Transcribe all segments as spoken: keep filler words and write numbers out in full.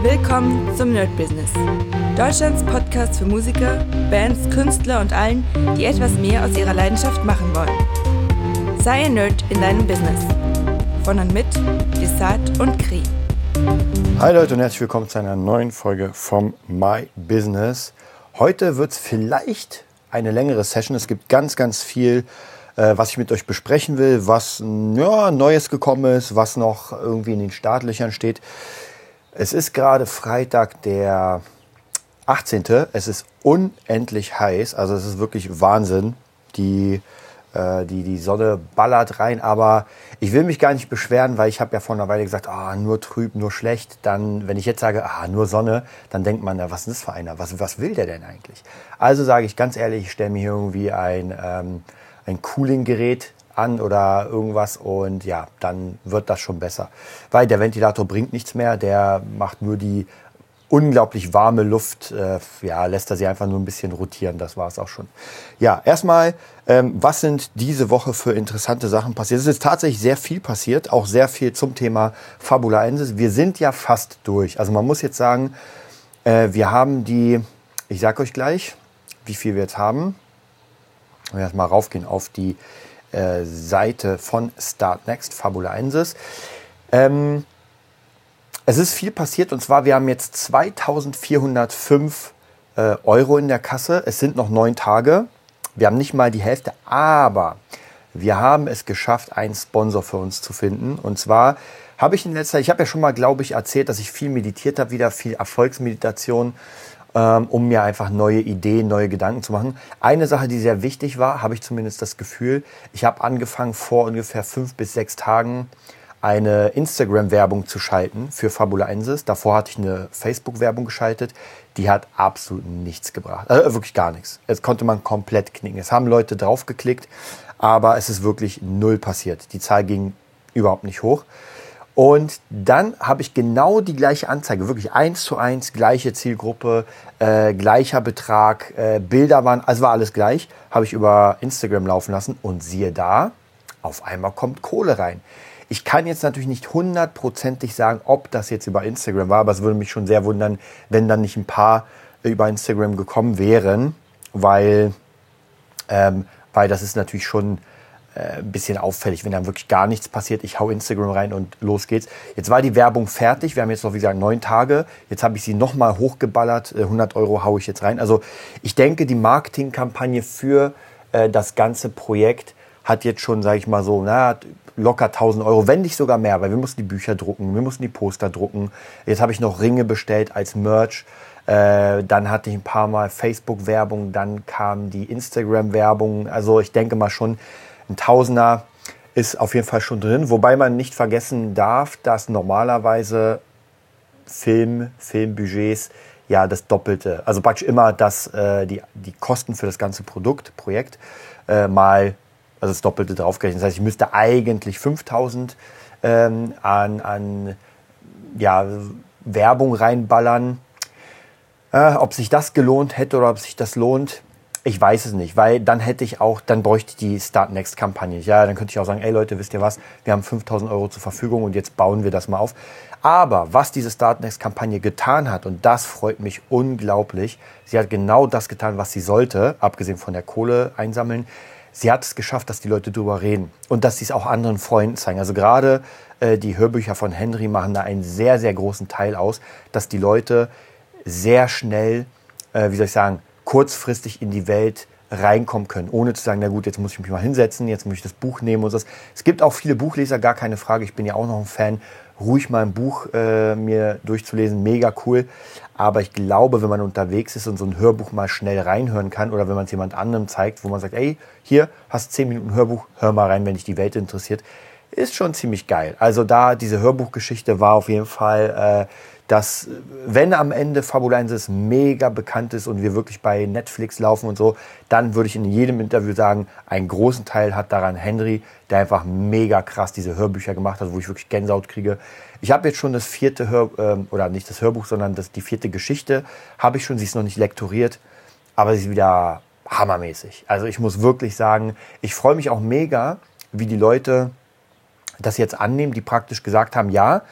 Willkommen zum Nerd Business. Deutschlands Podcast für Musiker, Bands, Künstler und allen, die etwas mehr aus ihrer Leidenschaft machen wollen. Sei ein Nerd in deinem Business. Von und mit Desart und Kri. Hi Leute und herzlich willkommen zu einer neuen Folge vom My Business. Heute wird es vielleicht eine längere Session. Es gibt ganz, ganz viel, äh, was ich mit euch besprechen will, was ja, Neues gekommen ist, was noch irgendwie in den Startlöchern steht. Es ist gerade Freitag, der achtzehnte Es ist unendlich heiß, also es ist wirklich Wahnsinn. Die, äh, die, die Sonne ballert rein, aber ich will mich gar nicht beschweren, weil ich habe ja vor einer Weile gesagt, ah, nur trüb, nur schlecht. Dann, wenn ich jetzt sage, ah, nur Sonne, dann denkt man, na, was ist das für einer? Was, was will der denn eigentlich? Also sage ich ganz ehrlich, ich stelle mir hier irgendwie ein, ähm, ein Cooling-Gerät an oder irgendwas und ja, dann wird das schon besser. Weil der Ventilator bringt nichts mehr, der macht nur die unglaublich warme Luft, äh, ja, lässt er sie einfach nur ein bisschen rotieren, das war es auch schon. Ja, erstmal, ähm, was sind diese Woche für interessante Sachen passiert? Es ist tatsächlich sehr viel passiert, auch sehr viel zum Thema Fabulensis. Wir sind ja fast durch. Also man muss jetzt sagen, äh, wir haben die, ich sag euch gleich, wie viel wir jetzt haben. Wir erst mal raufgehen auf die äh, Seite von Startnext, Fabulensis. Ähm, Es ist viel passiert und zwar, wir haben jetzt zweitausendvierhundertfünf äh, Euro in der Kasse. Es sind noch neun Tage. Wir haben nicht mal die Hälfte, aber wir haben es geschafft, einen Sponsor für uns zu finden. Und zwar habe ich in letzter Zeit, ich habe ja schon mal, glaube ich, erzählt, dass ich viel meditiert habe, wieder viel Erfolgsmeditation, ähm, um mir einfach neue Ideen, neue Gedanken zu machen. Eine Sache, die sehr wichtig war, habe ich zumindest das Gefühl, ich habe angefangen vor ungefähr fünf bis sechs Tagen, eine Instagram-Werbung zu schalten für Fabulensis. Davor hatte ich eine Facebook-Werbung geschaltet. Die hat absolut nichts gebracht. Also wirklich gar nichts. Jetzt konnte man komplett knicken. Es haben Leute draufgeklickt, aber es ist wirklich null passiert. Die Zahl ging überhaupt nicht hoch. Und dann habe ich genau die gleiche Anzeige, wirklich eins zu eins, gleiche Zielgruppe, äh, gleicher Betrag, äh, Bilder waren, also war alles gleich, habe ich über Instagram laufen lassen und siehe da, auf einmal kommt Kohle rein. Ich kann jetzt natürlich nicht hundertprozentig sagen, ob das jetzt über Instagram war, aber es würde mich schon sehr wundern, wenn dann nicht ein paar über Instagram gekommen wären, weil, ähm, weil das ist natürlich schon äh, ein bisschen auffällig, wenn dann wirklich gar nichts passiert. Ich hau Instagram rein und los geht's. Jetzt war die Werbung fertig, wir haben jetzt noch, wie gesagt, neun Tage. Jetzt habe ich sie nochmal hochgeballert, hundert Euro haue ich jetzt rein. Also ich denke, die Marketingkampagne für äh, das ganze Projekt hat jetzt schon, sage ich mal so, na, locker tausend Euro, wenn nicht sogar mehr, weil wir mussten die Bücher drucken, wir mussten die Poster drucken. Jetzt habe ich noch Ringe bestellt als Merch. Äh, dann hatte ich ein paar Mal Facebook-Werbung, dann kam die Instagram-Werbung. Also ich denke mal schon, ein Tausender ist auf jeden Fall schon drin. Wobei man nicht vergessen darf, dass normalerweise Film, Filmbudgets ja das Doppelte, also praktisch immer das, äh, die, die Kosten für das ganze Produkt, Projekt, äh, mal also das Doppelte draufgerechnet. Das heißt, ich müsste eigentlich fünftausend ähm, an, an ja, Werbung reinballern. Äh, ob sich das gelohnt hätte oder ob sich das lohnt, ich weiß es nicht. Weil dann hätte ich auch, dann bräuchte ich die Start-Next-Kampagne. Ja, dann könnte ich auch sagen, ey Leute, wisst ihr was, wir haben fünftausend Euro zur Verfügung und jetzt bauen wir das mal auf. Aber was diese Start-Next-Kampagne getan hat, und das freut mich unglaublich, sie hat genau das getan, was sie sollte, abgesehen von der Kohle einsammeln. Sie hat es geschafft, dass die Leute drüber reden und dass sie es auch anderen Freunden zeigen. Also gerade äh, die Hörbücher von Henry machen da einen sehr, sehr großen Teil aus, dass die Leute sehr schnell, äh, wie soll ich sagen, kurzfristig in die Welt reinkommen können, ohne zu sagen, na gut, jetzt muss ich mich mal hinsetzen, jetzt muss ich das Buch nehmen und so. Es gibt auch viele Buchleser, gar keine Frage. Ich bin ja auch noch ein Fan, ruhig mal ein Buch äh, mir durchzulesen, mega cool. Aber ich glaube, wenn man unterwegs ist und so ein Hörbuch mal schnell reinhören kann oder wenn man es jemand anderem zeigt, wo man sagt, ey, hier, hast zehn Minuten Hörbuch, hör mal rein, wenn dich die Welt interessiert, ist schon ziemlich geil. Also da, diese Hörbuchgeschichte war auf jeden Fall, äh, dass, wenn am Ende Fabulensis mega bekannt ist und wir wirklich bei Netflix laufen und so, dann würde ich in jedem Interview sagen, einen großen Teil hat daran Henry, der einfach mega krass diese Hörbücher gemacht hat, wo ich wirklich Gänsehaut kriege. Ich habe jetzt schon das vierte Hör, ähm, oder nicht das Hörbuch, sondern das, die vierte Geschichte habe ich schon, sie ist noch nicht lektoriert, aber sie ist wieder hammermäßig. Also ich muss wirklich sagen, ich freue mich auch mega, wie die Leute das jetzt annehmen, die praktisch gesagt haben, ja,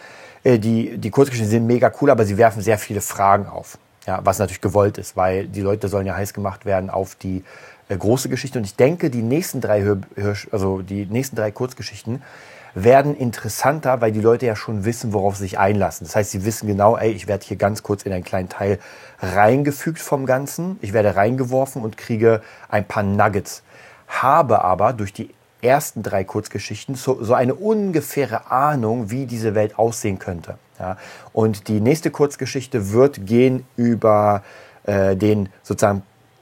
Äh, die, die Kurzgeschichten sind mega cool, aber sie werfen sehr viele Fragen auf. Ja, was natürlich gewollt ist, weil die Leute sollen ja heiß gemacht werden auf die äh, große Geschichte. Und ich denke, die nächsten drei Hör, Hör, also die nächsten drei Kurzgeschichten werden interessanter, weil die Leute ja schon wissen, worauf sie sich einlassen. Das heißt, sie wissen genau, ey, ich werde hier ganz kurz in einen kleinen Teil reingefügt vom Ganzen. Ich werde reingeworfen und kriege ein paar Nuggets. Habe aber durch die ersten drei Kurzgeschichten so, so eine ungefähre Ahnung, wie diese Welt aussehen könnte. Ja, und die nächste Kurzgeschichte wird gehen über äh, den sozusagen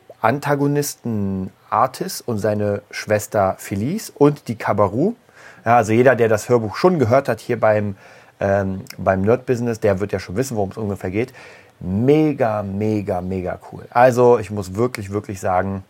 Antagonisten Artis und seine Schwester Felice und die Kabaru. Ja, also jeder, der das Hörbuch schon gehört hat hier beim, ähm, beim Nerd-Business, der wird ja schon wissen, worum es ungefähr geht. Mega, mega, mega cool. Also ich muss wirklich, wirklich sagen,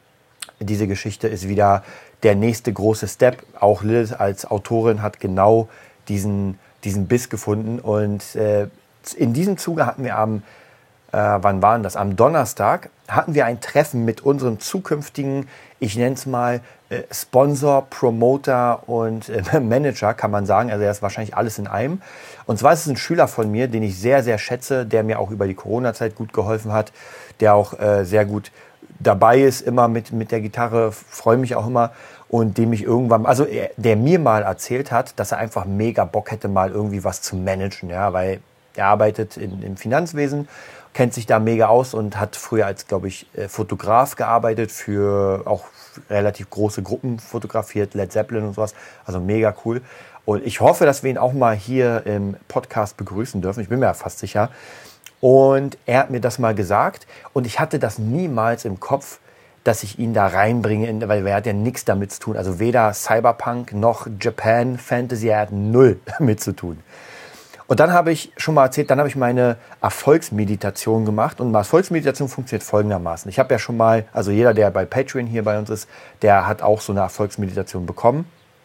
diese Geschichte ist wieder der nächste große Step. Auch Lilith als Autorin hat genau diesen diesen Biss gefunden. Und äh, in diesem Zuge hatten wir am, äh, wann waren das? Am Donnerstag hatten wir ein Treffen mit unserem zukünftigen, ich nenne es mal, äh, Sponsor, Promoter und äh, Manager, kann man sagen. Also er ist wahrscheinlich alles in einem. Und zwar ist es ein Schüler von mir, den ich sehr, sehr schätze, der mir auch über die Corona-Zeit gut geholfen hat, der auch äh, sehr gut dabei ist, immer mit, mit der Gitarre, freue mich auch immer. Und dem ich irgendwann, also er, der mir mal erzählt hat, dass er einfach mega Bock hätte, mal irgendwie was zu managen, ja, weil er arbeitet in, im Finanzwesen, kennt sich da mega aus und hat früher als, glaube ich, Fotograf gearbeitet, für auch relativ große Gruppen fotografiert, Led Zeppelin und sowas, also mega cool. Und ich hoffe, dass wir ihn auch mal hier im Podcast begrüßen dürfen, ich bin mir ja fast sicher. Und er hat mir das mal gesagt und ich hatte das niemals im Kopf, dass ich ihn da reinbringe, weil er hat ja nichts damit zu tun. Also weder Cyberpunk noch Japan Fantasy, er hat null damit zu tun. Und dann habe ich schon mal erzählt, dann habe ich meine Erfolgsmeditation gemacht. Und Erfolgsmeditation funktioniert folgendermaßen. Ich habe ja schon mal, also jeder, der bei Patreon hier bei uns ist, der hat auch so eine Erfolgsmeditation bekommen.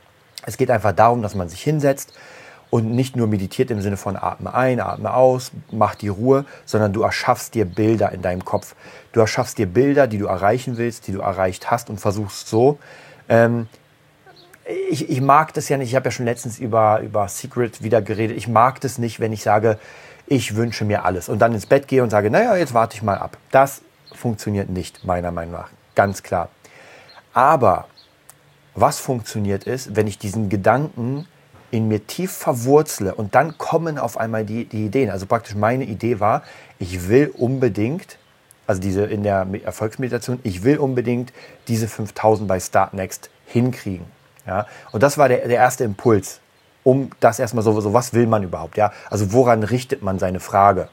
Es geht einfach darum, dass man sich hinsetzt und nicht nur meditiert im Sinne von atme ein, atme aus, mach die Ruhe, sondern du erschaffst dir Bilder in deinem Kopf. Du erschaffst dir Bilder, die du erreichen willst, die du erreicht hast und versuchst so. Ähm, ich, ich mag das ja nicht, ich habe ja schon letztens über, über Secret wieder geredet. Ich mag das nicht, wenn ich sage, ich wünsche mir alles und dann ins Bett gehe und sage, naja, jetzt warte ich mal ab. Das funktioniert nicht, meiner Meinung nach. Ganz klar. Aber was funktioniert ist, wenn ich diesen Gedanken in mir tief verwurzle und dann kommen auf einmal die, die Ideen. Also praktisch meine Idee war, ich will unbedingt, also diese in der Erfolgsmeditation, ich will unbedingt diese fünftausend bei Start Next hinkriegen. Ja? Und das war der, der erste Impuls, um das erstmal so, so, was will man überhaupt? Ja? Also woran richtet man seine Frage?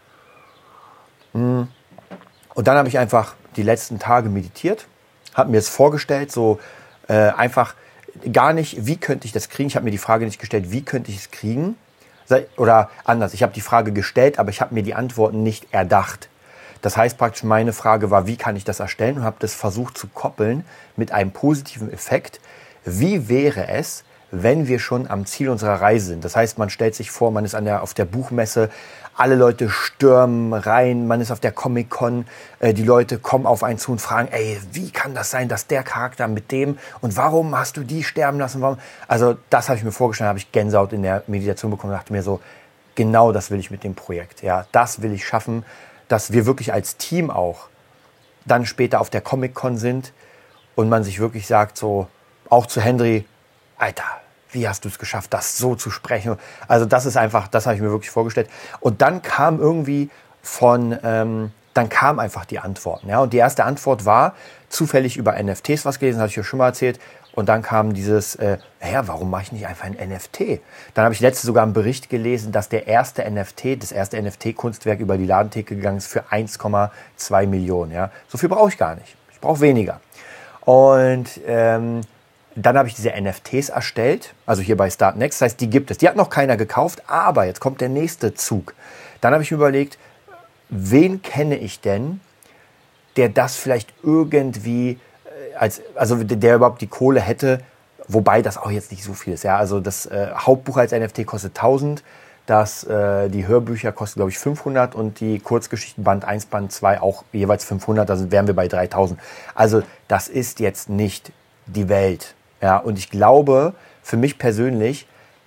Und dann habe ich einfach die letzten Tage meditiert, habe mir es vorgestellt, so äh, einfach gar nicht, wie könnte ich das kriegen? Ich habe mir die Frage nicht gestellt, wie könnte ich es kriegen? Oder anders, ich habe die Frage gestellt, aber ich habe mir die Antworten nicht erdacht. Das heißt praktisch, meine Frage war, wie kann ich das erstellen? Und habe das versucht zu koppeln mit einem positiven Effekt. Wie wäre es, wenn wir schon am Ziel unserer Reise sind? Das heißt, man stellt sich vor, man ist an der, auf der Buchmesse, alle Leute stürmen rein, man ist auf der Comic-Con, äh, die Leute kommen auf einen zu und fragen, ey, wie kann das sein, dass der Charakter mit dem und warum hast du die sterben lassen? Warum? Also das habe ich mir vorgestellt, habe ich Gänsehaut in der Meditation bekommen und dachte mir so, genau das will ich mit dem Projekt. Ja, das will ich schaffen, dass wir wirklich als Team auch dann später auf der Comic-Con sind und man sich wirklich sagt, so auch zu Henry, Alter, wie hast du es geschafft, das so zu sprechen? Also das ist einfach, das habe ich mir wirklich vorgestellt. Und dann kam irgendwie von, ähm, dann kam einfach die Antworten. Ja? Und die erste Antwort war zufällig über N F Ts was gelesen, habe ich ja schon mal erzählt. Und dann kam dieses, äh, naja, warum mache ich nicht einfach ein N F T? Dann habe ich letztens sogar einen Bericht gelesen, dass der erste N F T, das erste N F T-Kunstwerk über die Ladentheke gegangen ist für eins Komma zwei Millionen. Ja? So viel brauche ich gar nicht. Ich brauche weniger. Und ähm, dann habe ich diese N F Ts erstellt, also hier bei Start Next, das heißt, die gibt es. Die hat noch keiner gekauft, aber jetzt kommt der nächste Zug. Dann habe ich mir überlegt, wen kenne ich denn, der das vielleicht irgendwie, als, also der überhaupt die Kohle hätte, wobei das auch jetzt nicht so viel ist. Ja? Also das äh, Hauptbuch als N F T kostet tausend, das, äh, die Hörbücher kosten, glaube ich, fünfhundert und die Kurzgeschichten Band eins, Band zwei auch jeweils fünfhundert, also wären wir bei dreitausend. Also das ist jetzt nicht die Welt. Ja, und ich glaube, für mich persönlich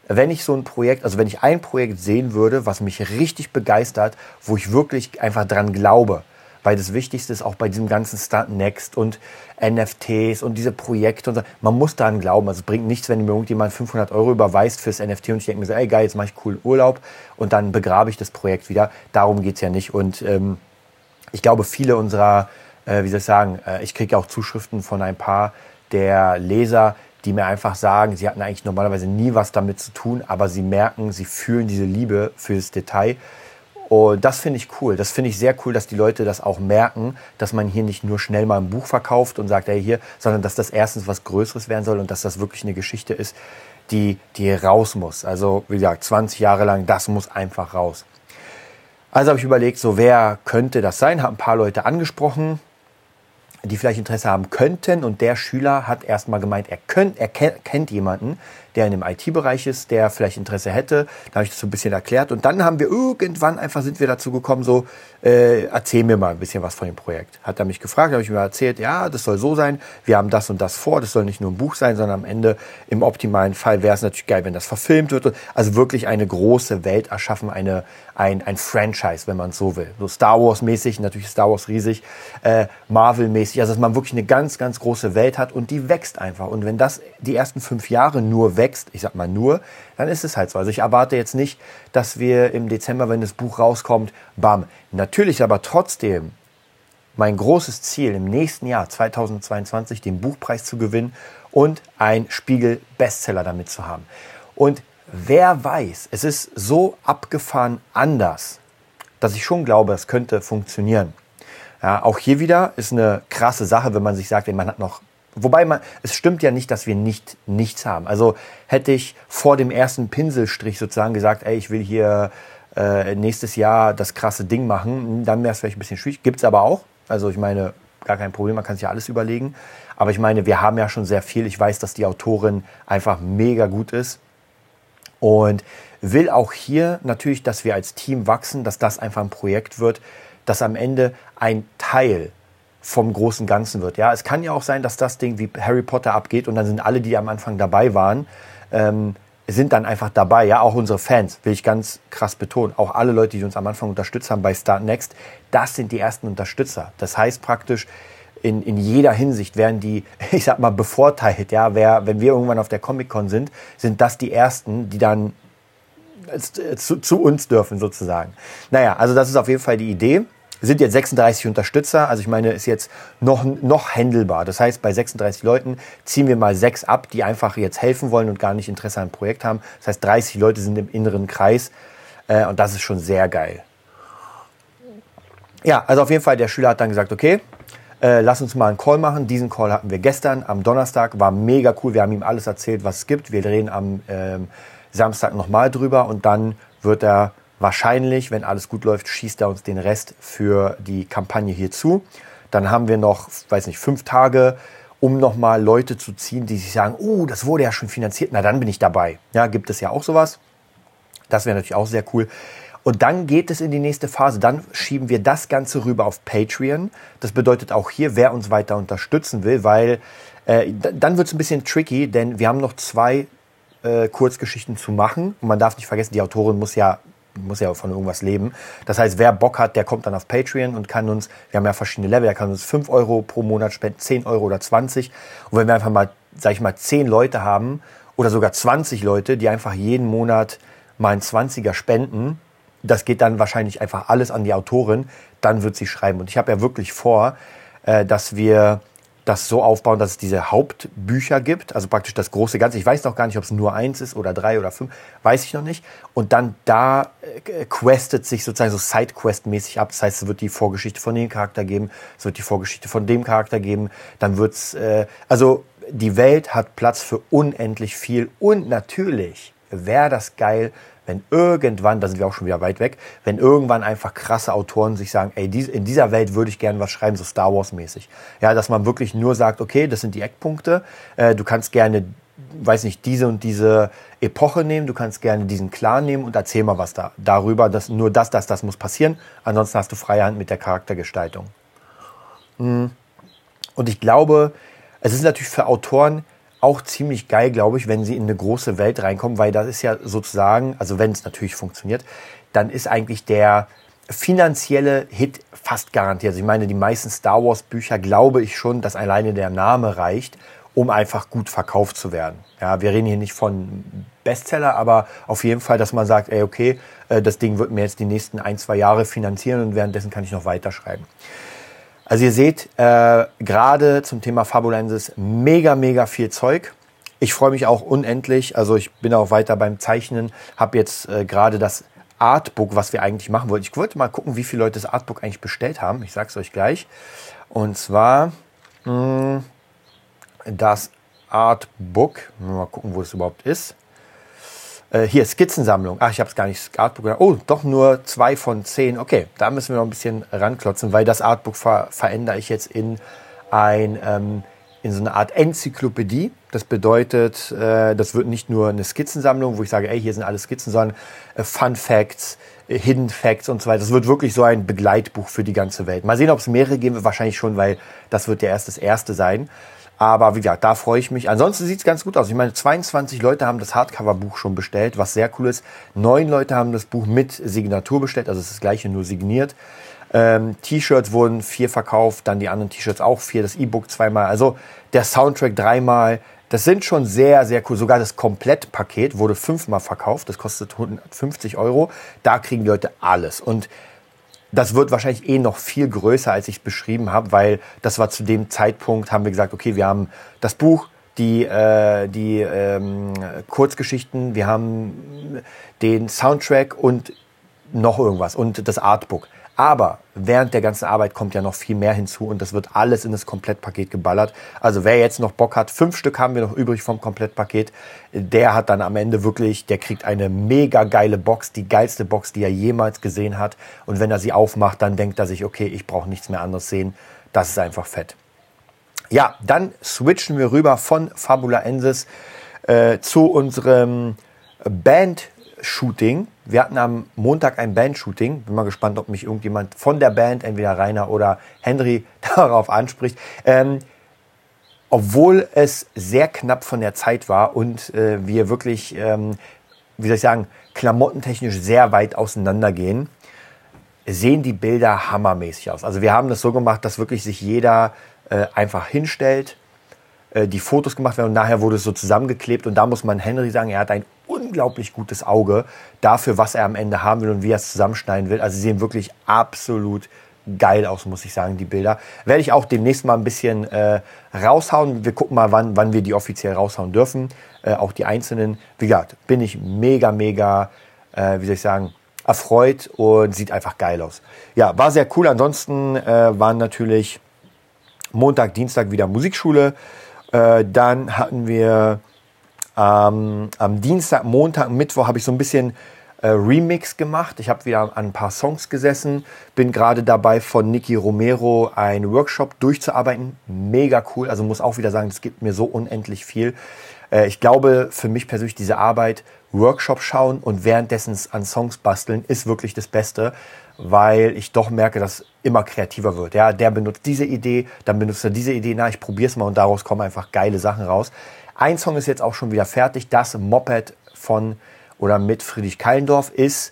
wenn ich so ein Projekt, also wenn ich ein Projekt sehen würde, was mich richtig begeistert, wo ich wirklich einfach dran glaube, weil das Wichtigste ist auch bei diesem ganzen Start Next und N F Ts und diese Projekte und so, man muss daran glauben. Also es bringt nichts, wenn mir irgendjemand fünfhundert Euro überweist fürs N F T und ich denke mir so, ey geil, jetzt mache ich coolen Urlaub und dann begrabe ich das Projekt wieder. Darum geht's ja nicht. Und ähm, ich glaube, viele unserer, äh, wie soll ich sagen, äh, ich kriege auch Zuschriften von ein paar der Leser, die mir einfach sagen, sie hatten eigentlich normalerweise nie was damit zu tun, aber sie merken, sie fühlen diese Liebe fürs Detail. Und das finde ich cool. Das finde ich sehr cool, dass die Leute das auch merken, dass man hier nicht nur schnell mal ein Buch verkauft und sagt, hey, hier, sondern dass das erstens was Größeres werden soll und dass das wirklich eine Geschichte ist, die, die raus muss. Also, wie gesagt, zwanzig Jahre lang, das muss einfach raus. Also habe ich überlegt, so wer könnte das sein? Habe ein paar Leute angesprochen, die vielleicht Interesse haben könnten. Und der Schüler hat erstmal gemeint, er, könnt, er kennt jemanden, der in dem I T-Bereich ist, der vielleicht Interesse hätte. Da habe ich das so ein bisschen erklärt. Und dann haben wir irgendwann einfach, sind wir dazu gekommen, so, äh, erzähl mir mal ein bisschen was von dem Projekt. Hat er mich gefragt, habe ich mir erzählt, ja, das soll so sein. Wir haben das und das vor. Das soll nicht nur ein Buch sein, sondern am Ende, im optimalen Fall, wäre es natürlich geil, wenn das verfilmt wird. Also wirklich eine große Welt erschaffen, eine, ein, ein Franchise, wenn man es so will. So Star Wars-mäßig, natürlich ist Star Wars riesig, äh, Marvel-mäßig. Also dass man wirklich eine ganz, ganz große Welt hat und die wächst einfach. Und wenn das die ersten fünf Jahre nur wächst, ich sag mal nur, dann ist es halt so. Also ich erwarte jetzt nicht, dass wir im Dezember, wenn das Buch rauskommt, bam. Natürlich aber trotzdem mein großes Ziel im nächsten Jahr zweitausendzweiundzwanzig den Buchpreis zu gewinnen und ein Spiegel-Bestseller damit zu haben. Und wer weiß, es ist so abgefahren anders, dass ich schon glaube, es könnte funktionieren. Ja, auch hier wieder ist eine krasse Sache, wenn man sich sagt, man hat noch, wobei man, es stimmt ja nicht, dass wir nicht nichts haben. Also hätte ich vor dem ersten Pinselstrich sozusagen gesagt, ey, ich will hier äh, nächstes Jahr das krasse Ding machen, dann wäre es vielleicht ein bisschen schwierig. Gibt's aber auch. Also ich meine, gar kein Problem, man kann sich ja alles überlegen. Aber ich meine, wir haben ja schon sehr viel. Ich weiß, dass die Autorin einfach mega gut ist. Und will auch hier natürlich, dass wir als Team wachsen, dass das einfach ein Projekt wird, das am Ende ein Teil vom großen Ganzen wird. Ja, es kann ja auch sein, dass das Ding wie Harry Potter abgeht und dann sind alle, die am Anfang dabei waren, ähm, sind dann einfach dabei. Ja, auch unsere Fans, will ich ganz krass betonen. Auch alle Leute, die uns am Anfang unterstützt haben bei Start Next, das sind die ersten Unterstützer. Das heißt praktisch, in, in jeder Hinsicht werden die, ich sag mal, bevorteilt. Ja, wer, wenn wir irgendwann auf der Comic-Con sind, sind das die ersten, die dann zu, zu uns dürfen sozusagen. Naja, also das ist auf jeden Fall die Idee. Sind jetzt sechsunddreißig Unterstützer, also ich meine, ist jetzt noch, noch händelbar. Das heißt, bei sechsunddreißig Leuten ziehen wir mal sechs ab, die einfach jetzt helfen wollen und gar nicht Interesse an einem Projekt haben. Das heißt, dreißig Leute sind im inneren Kreis äh, und das ist schon sehr geil. Ja, also auf jeden Fall, der Schüler hat dann gesagt, okay, äh, lass uns mal einen Call machen. Diesen Call hatten wir gestern am Donnerstag, war mega cool. Wir haben ihm alles erzählt, was es gibt. Wir reden am ähm, Samstag nochmal drüber und dann wird er wahrscheinlich, wenn alles gut läuft, schießt er uns den Rest für die Kampagne hier zu. Dann haben wir noch, weiß nicht, fünf Tage, um nochmal Leute zu ziehen, die sich sagen, oh, das wurde ja schon finanziert, na dann bin ich dabei. Ja, gibt es ja auch sowas. Das wäre natürlich auch sehr cool. Und dann geht es in die nächste Phase. Dann schieben wir das Ganze rüber auf Patreon. Das bedeutet auch hier, wer uns weiter unterstützen will, weil äh, dann wird es ein bisschen tricky, denn wir haben noch zwei äh, Kurzgeschichten zu machen. Und man darf nicht vergessen, die Autorin muss ja muss ja von irgendwas leben. Das heißt, wer Bock hat, der kommt dann auf Patreon und kann uns, wir haben ja verschiedene Level, der kann uns fünf Euro pro Monat spenden, zehn Euro oder zwanzig. Und wenn wir einfach mal, sag ich mal, zehn Leute haben oder sogar zwanzig Leute, die einfach jeden Monat mal einen zwanziger spenden, das geht dann wahrscheinlich einfach alles an die Autorin, dann wird sie schreiben. Und ich habe ja wirklich vor, dass wir das so aufbauen, dass es diese Hauptbücher gibt, also praktisch das große Ganze. Ich weiß noch gar nicht, ob es nur eins ist oder drei oder fünf, weiß ich noch nicht. Und dann da äh, questet sich sozusagen so Sidequest-mäßig ab. Das heißt, es wird die Vorgeschichte von dem Charakter geben, es wird die Vorgeschichte von dem Charakter geben. Dann wird's, äh, also die Welt hat Platz für unendlich viel. Und natürlich wäre das geil, wenn irgendwann, da sind wir auch schon wieder weit weg, wenn irgendwann einfach krasse Autoren sich sagen, ey, in dieser Welt würde ich gerne was schreiben, so Star Wars mäßig. Ja, dass man wirklich nur sagt, okay, das sind die Eckpunkte, äh, du kannst gerne, weiß nicht, diese und diese Epoche nehmen, du kannst gerne diesen Clan nehmen und erzähl mal was da darüber, dass nur das, das, das muss passieren, ansonsten hast du freie Hand mit der Charaktergestaltung. Und ich glaube, es ist natürlich für Autoren auch ziemlich geil, glaube ich, wenn sie in eine große Welt reinkommen, weil das ist ja sozusagen, also wenn es natürlich funktioniert, dann ist eigentlich der finanzielle Hit fast garantiert. Also ich meine, die meisten Star Wars Bücher glaube ich schon, dass alleine der Name reicht, um einfach gut verkauft zu werden. Ja, wir reden hier nicht von Bestseller, aber auf jeden Fall, dass man sagt, ey, okay, das Ding wird mir jetzt die nächsten ein, zwei Jahre finanzieren und währenddessen kann ich noch weiterschreiben. Also ihr seht, äh, gerade zum Thema Fabulensis mega, mega viel Zeug. Ich freue mich auch unendlich. Also ich bin auch weiter beim Zeichnen, habe jetzt äh, gerade das Artbook, was wir eigentlich machen wollten. Ich wollte mal gucken, wie viele Leute das Artbook eigentlich bestellt haben. Ich sag's euch gleich. Und zwar mh, das Artbook. Mal gucken, wo es überhaupt ist. Äh, hier, Skizzensammlung. Ach, ich habe es gar nicht. Artbook. Oh, doch nur zwei von zehn. Okay, da müssen wir noch ein bisschen ranklotzen, weil das Artbook ver verändere ich jetzt in ein ähm, in so eine Art Enzyklopädie. Das bedeutet, äh, das wird nicht nur eine Skizzensammlung, wo ich sage, ey, hier sind alle Skizzen, sondern äh, Fun Facts, äh, Hidden Facts und so weiter. Das wird wirklich so ein Begleitbuch für die ganze Welt. Mal sehen, ob es mehrere geben wird. Wahrscheinlich schon, weil das wird ja erst das erste sein. Aber wie gesagt, da freue ich mich. Ansonsten sieht es ganz gut aus. Ich meine, zweiundzwanzig Leute haben das Hardcover-Buch schon bestellt, was sehr cool ist. Neun Leute haben das Buch mit Signatur bestellt, also es ist das gleiche, nur signiert. Ähm, T-Shirts wurden vier verkauft, dann die anderen T-Shirts auch vier, das E-Book zweimal, also der Soundtrack dreimal. Das sind schon sehr, sehr cool. Sogar das Komplettpaket wurde fünfmal verkauft. Das kostet hundertfünfzig Euro. Da kriegen die Leute alles. Und das wird wahrscheinlich eh noch viel größer, als ich es beschrieben habe, weil das war zu dem Zeitpunkt, haben wir gesagt, okay, wir haben das Buch, die, äh, die ähm, Kurzgeschichten, wir haben den Soundtrack und noch irgendwas und das Artbook. Aber während der ganzen Arbeit kommt ja noch viel mehr hinzu und das wird alles in das Komplettpaket geballert. Also wer jetzt noch Bock hat, fünf Stück haben wir noch übrig vom Komplettpaket, der hat dann am Ende wirklich, der kriegt eine mega geile Box, die geilste Box, die er jemals gesehen hat. Und wenn er sie aufmacht, dann denkt er sich, okay, ich brauche nichts mehr anderes sehen. Das ist einfach fett. Ja, dann switchen wir rüber von Fabulensis äh, zu unserem Band-Shooting. Wir hatten am Montag ein Band-Shooting. Bin mal gespannt, ob mich irgendjemand von der Band, entweder Rainer oder Henry, darauf anspricht. Ähm, obwohl es sehr knapp von der Zeit war und äh, wir wirklich, ähm, wie soll ich sagen, klamottentechnisch sehr weit auseinandergehen, sehen die Bilder hammermäßig aus. Also wir haben das so gemacht, dass wirklich sich jeder äh, einfach hinstellt, äh, die Fotos gemacht werden und nachher wurde es so zusammengeklebt. Und da muss man Henry sagen, er hat ein unglaublich gutes Auge dafür, was er am Ende haben will und wie er es zusammenschneiden will. Also sie sehen wirklich absolut geil aus, muss ich sagen, die Bilder. Werde ich auch demnächst mal ein bisschen äh, raushauen. Wir gucken mal, wann, wann wir die offiziell raushauen dürfen. Äh, auch die einzelnen. Wie gesagt, bin ich mega, mega, äh, wie soll ich sagen, erfreut und sieht einfach geil aus. Ja, war sehr cool. Ansonsten äh, waren natürlich Montag, Dienstag wieder Musikschule. Äh, dann hatten wir Ähm, am Dienstag, Montag, Mittwoch habe ich so ein bisschen äh, Remix gemacht. Ich habe wieder an ein paar Songs gesessen. Bin gerade dabei, von Nicky Romero einen Workshop durchzuarbeiten. Mega cool. Also muss auch wieder sagen, es gibt mir so unendlich viel. Äh, ich glaube, für mich persönlich diese Arbeit, Workshop schauen und währenddessen an Songs basteln, ist wirklich das Beste, weil ich doch merke, dass immer kreativer wird. Ja, der benutzt diese Idee, dann benutzt er diese Idee. Na, ich probiere es mal und daraus kommen einfach geile Sachen raus. Ein Song ist jetzt auch schon wieder fertig. Das Moped von oder mit Friedrich Keilendorf ist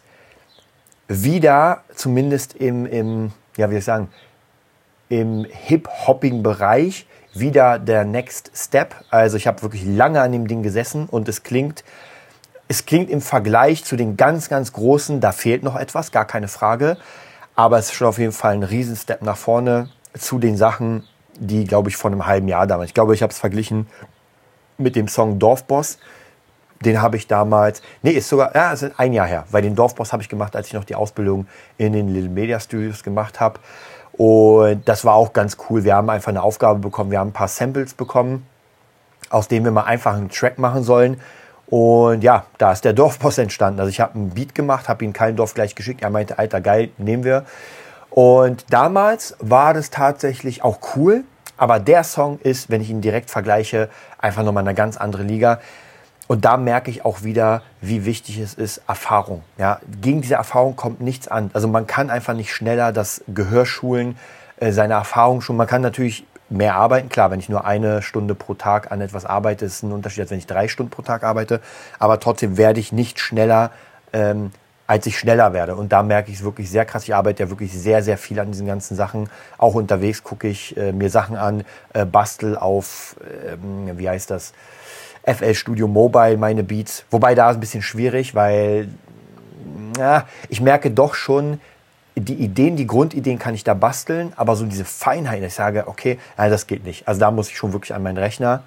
wieder zumindest im, im ja, wie soll ich sagen, im hip-hoppigen Bereich wieder der Next Step. Also ich habe wirklich lange an dem Ding gesessen und es klingt, es klingt im Vergleich zu den ganz, ganz großen, da fehlt noch etwas, gar keine Frage. Aber es ist schon auf jeden Fall ein Riesen-Step nach vorne zu den Sachen, die, glaube ich, vor einem halben Jahr damals. Ich glaube, ich habe es verglichen mit dem Song Dorfboss. Den habe ich damals, nee, ist sogar, ja, es ist ein Jahr her, weil den Dorfboss habe ich gemacht, als ich noch die Ausbildung in den Little Media Studios gemacht habe. Und das war auch ganz cool. Wir haben einfach eine Aufgabe bekommen, wir haben ein paar Samples bekommen, aus denen wir mal einfach einen Track machen sollen. Und ja, da ist der Dorfboss entstanden. Also ich habe einen Beat gemacht, habe ihn Keilendorf gleich geschickt. Er meinte, Alter, geil, nehmen wir. Und damals war das tatsächlich auch cool. Aber der Song ist, wenn ich ihn direkt vergleiche, einfach nochmal eine ganz andere Liga. Und da merke ich auch wieder, wie wichtig es ist, Erfahrung. Ja, gegen diese Erfahrung kommt nichts an. Also man kann einfach nicht schneller das Gehör schulen, äh, seine Erfahrung schon. Man kann natürlich mehr arbeiten. Klar, wenn ich nur eine Stunde pro Tag an etwas arbeite, ist ein Unterschied, als wenn ich drei Stunden pro Tag arbeite. Aber trotzdem werde ich nicht schneller, ähm, als ich schneller werde. Und da merke ich es wirklich sehr krass. Ich arbeite ja wirklich sehr, sehr viel an diesen ganzen Sachen. Auch unterwegs gucke ich äh, mir Sachen an, äh, bastel auf, ähm, wie heißt das, F L Studio Mobile meine Beats. Wobei da ist ein bisschen schwierig, weil ja, ich merke doch schon, die Ideen, die Grundideen kann ich da basteln, aber so diese Feinheit, ich sage, okay, ja, das geht nicht. Also da muss ich schon wirklich an meinen Rechner.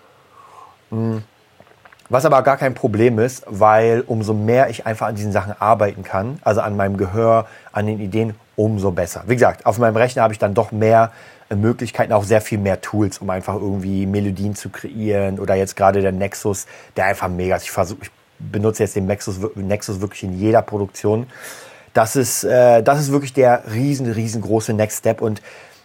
Was aber gar kein Problem ist, weil umso mehr ich einfach an diesen Sachen arbeiten kann, also an meinem Gehör, an den Ideen, umso besser. Wie gesagt, auf meinem Rechner habe ich dann doch mehr Möglichkeiten, auch sehr viel mehr Tools, um einfach irgendwie Melodien zu kreieren. Oder jetzt gerade der Nexus, der einfach mega ist. Ich versuche, ich benutze jetzt den Nexus, Nexus wirklich in jeder Produktion. Das ist, äh, das ist wirklich der riesen, riesengroße Next Step. Und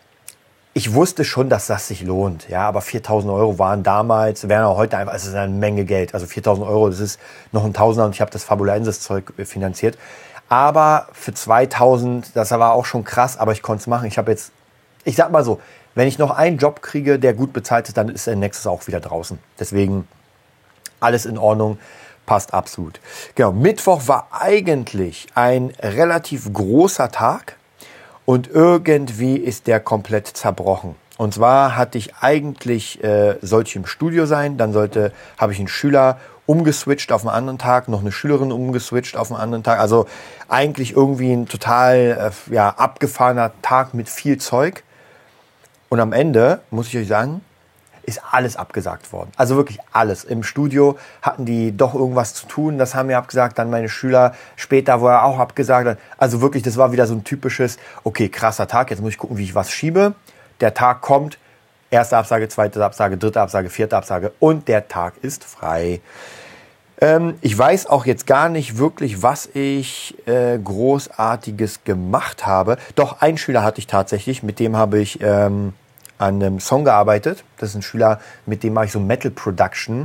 ich wusste schon, dass das sich lohnt. Ja, aber viertausend Euro waren damals, wären auch heute einfach, es ist eine Menge Geld. Also viertausend Euro, das ist noch ein Tausender und ich habe das Fabulensis-Zeug finanziert. Aber für zweitausend, das war auch schon krass, aber ich konnte es machen. Ich habe jetzt, ich sag mal so, wenn ich noch einen Job kriege, der gut bezahlt ist, dann ist der Nexus auch wieder draußen. Deswegen alles in Ordnung. Passt absolut. Genau, Mittwoch war eigentlich ein relativ großer Tag und irgendwie ist der komplett zerbrochen. Und zwar hatte ich eigentlich, äh, sollte ich im Studio sein, dann sollte, habe ich einen Schüler umgeswitcht auf einen anderen Tag, noch eine Schülerin umgeswitcht auf einen anderen Tag. Also eigentlich irgendwie ein total äh, ja, abgefahrener Tag mit viel Zeug. Und am Ende, muss ich euch sagen, ist alles abgesagt worden. Also wirklich alles. Im Studio hatten die doch irgendwas zu tun. Das haben wir abgesagt. Dann meine Schüler später, wo er auch abgesagt hat. Also wirklich, das war wieder so ein typisches, okay, krasser Tag. Jetzt muss ich gucken, wie ich was schiebe. Der Tag kommt. Erste Absage, zweite Absage, dritte Absage, vierte Absage. Und der Tag ist frei. Ähm, ich weiß auch jetzt gar nicht wirklich, was ich äh, Großartiges gemacht habe. Doch, einen Schüler hatte ich tatsächlich. Mit dem habe ich Ähm, an einem Song gearbeitet. Das ist ein Schüler, mit dem mache ich so Metal Production.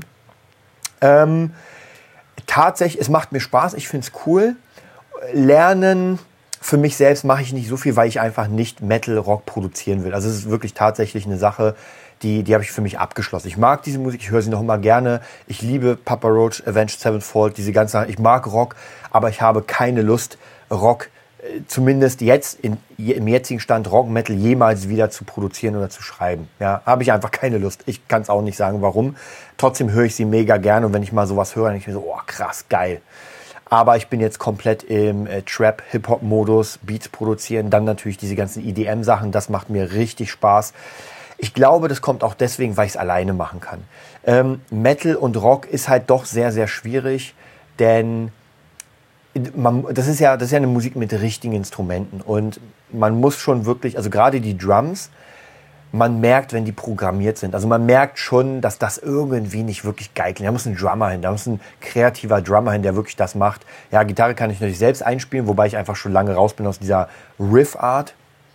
Ähm, tatsächlich, es macht mir Spaß, ich finde es cool. Lernen für mich selbst mache ich nicht so viel, weil ich einfach nicht Metal Rock produzieren will. Also es ist wirklich tatsächlich eine Sache, die, die habe ich für mich abgeschlossen. Ich mag diese Musik, ich höre sie noch immer gerne. Ich liebe Papa Roach, Avenged Sevenfold, diese ganzen Sachen. Ich mag Rock, aber ich habe keine Lust, Rock zumindest jetzt in, im jetzigen Stand Rock Metal jemals wieder zu produzieren oder zu schreiben. Ja, habe ich einfach keine Lust. Ich kann es auch nicht sagen, warum. Trotzdem höre ich sie mega gerne und wenn ich mal sowas höre, dann denke ich mir so, oh krass, geil. Aber ich bin jetzt komplett im äh, Trap-Hip-Hop-Modus, Beats produzieren, dann natürlich diese ganzen E D M-Sachen, das macht mir richtig Spaß. Ich glaube, das kommt auch deswegen, weil ich es alleine machen kann. Ähm, Metal und Rock ist halt doch sehr, sehr schwierig, denn Man, das ist ja, das ist ja eine Musik mit richtigen Instrumenten und man muss schon wirklich, also gerade die Drums, man merkt, wenn die programmiert sind. Also man merkt schon, dass das irgendwie nicht wirklich geil klingt. Da muss ein Drummer hin, da muss ein kreativer Drummer hin, der wirklich das macht. Ja, Gitarre kann ich natürlich selbst einspielen, wobei ich einfach schon lange raus bin aus dieser Riff-Art.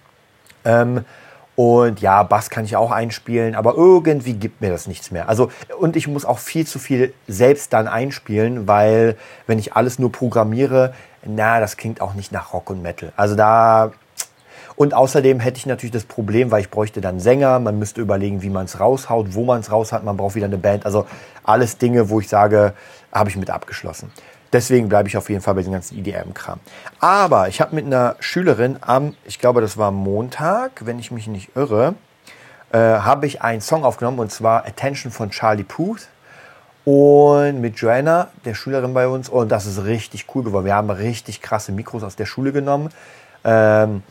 Ähm, Und ja, Bass kann ich auch einspielen, aber irgendwie gibt mir das nichts mehr. Also, und ich muss auch viel zu viel selbst dann einspielen, weil wenn ich alles nur programmiere, na, das klingt auch nicht nach Rock und Metal. Also da, und außerdem hätte ich natürlich das Problem, weil ich bräuchte dann Sänger, man müsste überlegen, wie man es raushaut, wo man es raushat, man braucht wieder eine Band. Also alles Dinge, wo ich sage, habe ich mit abgeschlossen. Deswegen bleibe ich auf jeden Fall bei diesem ganzen E D M-Kram. Aber ich habe mit einer Schülerin am, ich glaube, das war Montag, wenn ich mich nicht irre, äh, habe ich einen Song aufgenommen, und zwar Attention von Charlie Puth und mit Joanna, der Schülerin bei uns. Und das ist richtig cool geworden. Wir haben richtig krasse Mikros aus der Schule genommen. Ähm,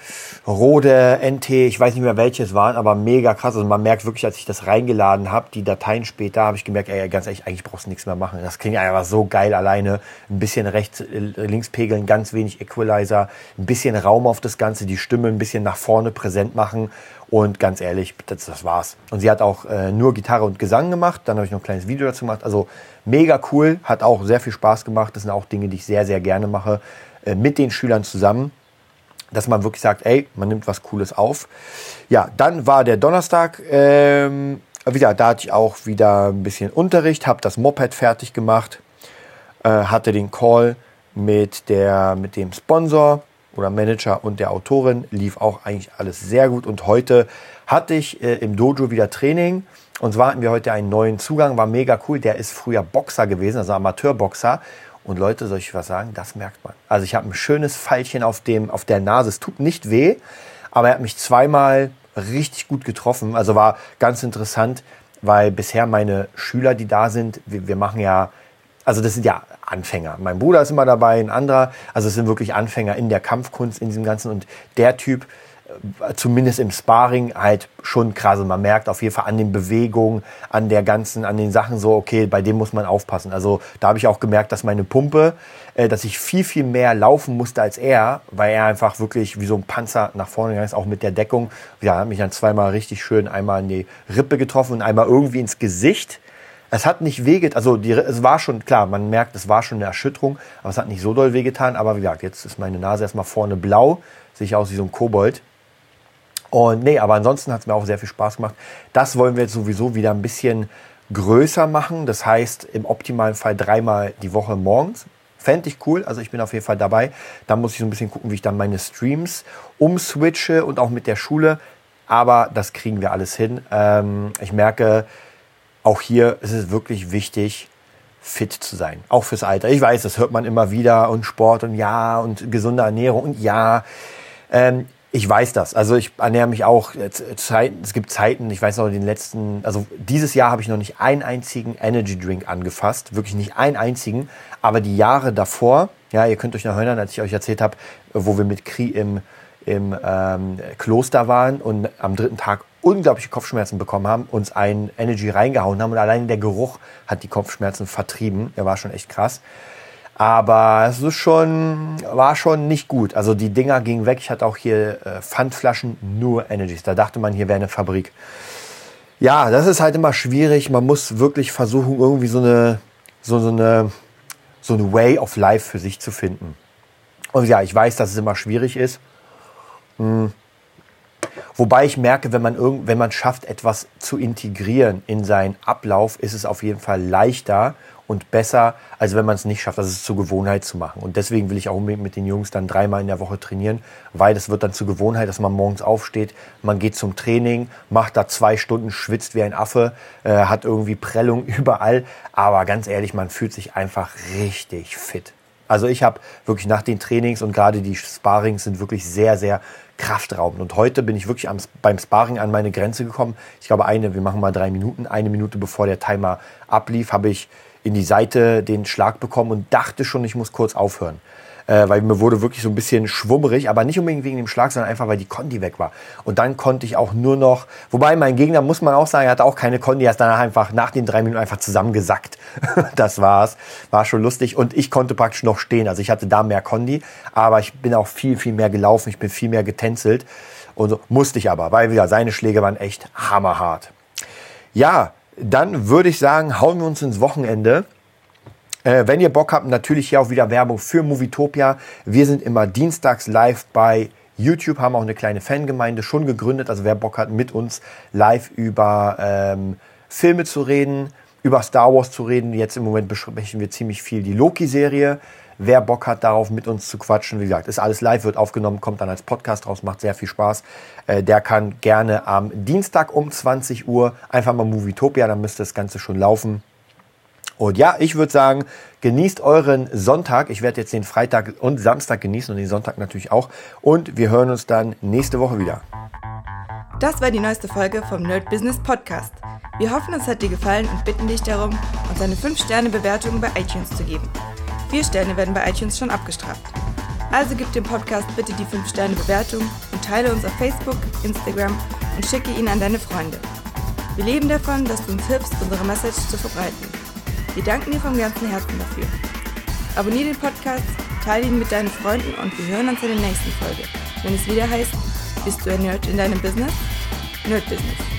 Rode, N T, ich weiß nicht mehr welche es waren, aber mega krass. Also man merkt wirklich, als ich das reingeladen habe, die Dateien später, habe ich gemerkt, ey, ganz ehrlich, eigentlich brauchst du nichts mehr machen. Das klingt einfach so geil alleine. Ein bisschen rechts, links pegeln, ganz wenig Equalizer, ein bisschen Raum auf das Ganze, die Stimme ein bisschen nach vorne präsent machen. Und ganz ehrlich, das, das war's. Und sie hat auch äh, nur Gitarre und Gesang gemacht. Dann habe ich noch ein kleines Video dazu gemacht. Also mega cool, hat auch sehr viel Spaß gemacht. Das sind auch Dinge, die ich sehr, sehr gerne mache, äh, mit den Schülern zusammen. Dass man wirklich sagt, ey, man nimmt was Cooles auf. Ja, dann war der Donnerstag, ähm, wieder, da hatte ich auch wieder ein bisschen Unterricht, habe das Moped fertig gemacht, äh, hatte den Call mit, der, mit dem Sponsor oder Manager und der Autorin lief auch eigentlich alles sehr gut. Und heute hatte ich äh, im Dojo wieder Training. Und zwar hatten wir heute einen neuen Zugang, war mega cool. Der ist früher Boxer gewesen, also Amateurboxer. Und Leute, soll ich was sagen? Das merkt man. Also ich habe ein schönes Pfeilchen auf, dem, auf der Nase. Es tut nicht weh, aber er hat mich zweimal richtig gut getroffen. Also war ganz interessant, weil bisher meine Schüler, die da sind, wir, wir machen ja, also das sind ja Anfänger. Mein Bruder ist immer dabei, ein anderer. Also es sind wirklich Anfänger in der Kampfkunst, in diesem Ganzen. Und der Typ, zumindest im Sparring, halt schon krass. Man merkt auf jeden Fall an den Bewegungen, an der ganzen, an den Sachen so, okay, bei dem muss man aufpassen. Also da habe ich auch gemerkt, dass meine Pumpe, äh, dass ich viel, viel mehr laufen musste als er, weil er einfach wirklich wie so ein Panzer nach vorne gegangen ist, auch mit der Deckung. Ja, hat mich dann zweimal richtig schön einmal in die Rippe getroffen und einmal irgendwie ins Gesicht. Es hat nicht wehgetan, also die, es war schon, klar, man merkt, es war schon eine Erschütterung, aber es hat nicht so doll wehgetan. Aber wie gesagt, jetzt ist meine Nase erstmal vorne blau, sehe ich aus wie so ein Kobold. Und nee, aber ansonsten hat es mir auch sehr viel Spaß gemacht. Das wollen wir jetzt sowieso wieder ein bisschen größer machen. Das heißt, im optimalen Fall dreimal die Woche morgens. Fände ich cool, also ich bin auf jeden Fall dabei. Da muss ich so ein bisschen gucken, wie ich dann meine Streams umswitche und auch mit der Schule. Aber das kriegen wir alles hin. Ähm, ich merke, auch hier ist es wirklich wichtig, fit zu sein. Auch fürs Alter. Ich weiß, das hört man immer wieder. Und Sport und ja und gesunde Ernährung und ja. Ähm, Ich weiß das. Also ich ernähre mich auch. Es gibt Zeiten, ich weiß noch, den letzten, also dieses Jahr habe ich noch nicht einen einzigen Energy Drink angefasst. Wirklich nicht einen einzigen. Aber die Jahre davor, ja, ihr könnt euch noch erinnern, als ich euch erzählt habe, wo wir mit Kri im, im ähm, Kloster waren und am dritten Tag unglaubliche Kopfschmerzen bekommen haben, uns ein Energy reingehauen haben und allein der Geruch hat die Kopfschmerzen vertrieben. Der war schon echt krass. Aber es ist schon, war schon nicht gut. Also die Dinger gingen weg. Ich hatte auch hier äh, Pfandflaschen, nur Energies. Da dachte man, hier wäre eine Fabrik. Ja, das ist halt immer schwierig. Man muss wirklich versuchen, irgendwie so eine, so, so eine, so eine Way of Life für sich zu finden. Und ja, ich weiß, dass es immer schwierig ist. Hm. Wobei ich merke, wenn man, irgend, wenn man schafft, etwas zu integrieren in seinen Ablauf, ist es auf jeden Fall leichter und besser, als wenn man es nicht schafft, das ist zur Gewohnheit zu machen. Und deswegen will ich auch unbedingt mit den Jungs dann dreimal in der Woche trainieren, weil das wird dann zur Gewohnheit, dass man morgens aufsteht, man geht zum Training, macht da zwei Stunden, schwitzt wie ein Affe, äh, hat irgendwie Prellung überall. Aber ganz ehrlich, man fühlt sich einfach richtig fit. Also ich habe wirklich nach den Trainings und gerade die Sparrings sind wirklich sehr, sehr kraftraubend. Und heute bin ich wirklich am, beim Sparring an meine Grenze gekommen. Ich glaube, eine, wir machen mal drei Minuten. Eine Minute bevor der Timer ablief, habe ich in die Seite den Schlag bekommen und dachte schon, ich muss kurz aufhören. Äh, weil mir wurde wirklich so ein bisschen schwummerig, aber nicht unbedingt wegen dem Schlag, sondern einfach, weil die Kondi weg war. Und dann konnte ich auch nur noch, wobei mein Gegner, muss man auch sagen, er hatte auch keine Kondi, er ist danach einfach nach den drei Minuten einfach zusammengesackt. Das war's. War schon lustig und ich konnte praktisch noch stehen. Also ich hatte da mehr Kondi, aber ich bin auch viel, viel mehr gelaufen, ich bin viel mehr getänzelt und so musste ich aber, weil wieder seine Schläge waren echt hammerhart. Ja, dann würde ich sagen, hauen wir uns ins Wochenende. Äh, wenn ihr Bock habt, natürlich hier auch wieder Werbung für Movietopia. Wir sind immer dienstags live bei YouTube, haben auch eine kleine Fangemeinde schon gegründet. Also wer Bock hat, mit uns live über ähm, Filme zu reden, über Star Wars zu reden. Jetzt im Moment besprechen wir ziemlich viel die Loki-Serie. Wer Bock hat, darauf mit uns zu quatschen, wie gesagt, ist alles live, wird aufgenommen, kommt dann als Podcast raus, macht sehr viel Spaß. Äh, der kann gerne am Dienstag um zwanzig Uhr einfach mal Movietopia, dann müsste das Ganze schon laufen. Und ja, ich würde sagen, genießt euren Sonntag. Ich werde jetzt den Freitag und Samstag genießen und den Sonntag natürlich auch. Und wir hören uns dann nächste Woche wieder. Das war die neueste Folge vom Nerd Business Podcast. Wir hoffen, es hat dir gefallen und bitten dich darum, uns eine fünf Sterne Bewertung bei iTunes zu geben. Vier Sterne werden bei iTunes schon abgestraft. Also gib dem Podcast bitte die fünf Sterne Bewertung und teile uns auf Facebook, Instagram und schicke ihn an deine Freunde. Wir leben davon, dass du uns hilfst, unsere Message zu verbreiten. Wir danken dir vom ganzen Herzen dafür. Abonniere den Podcast, teile ihn mit deinen Freunden und wir hören uns in der nächsten Folge, wenn es wieder heißt, bist du ein Nerd in deinem Business? Nerd Business.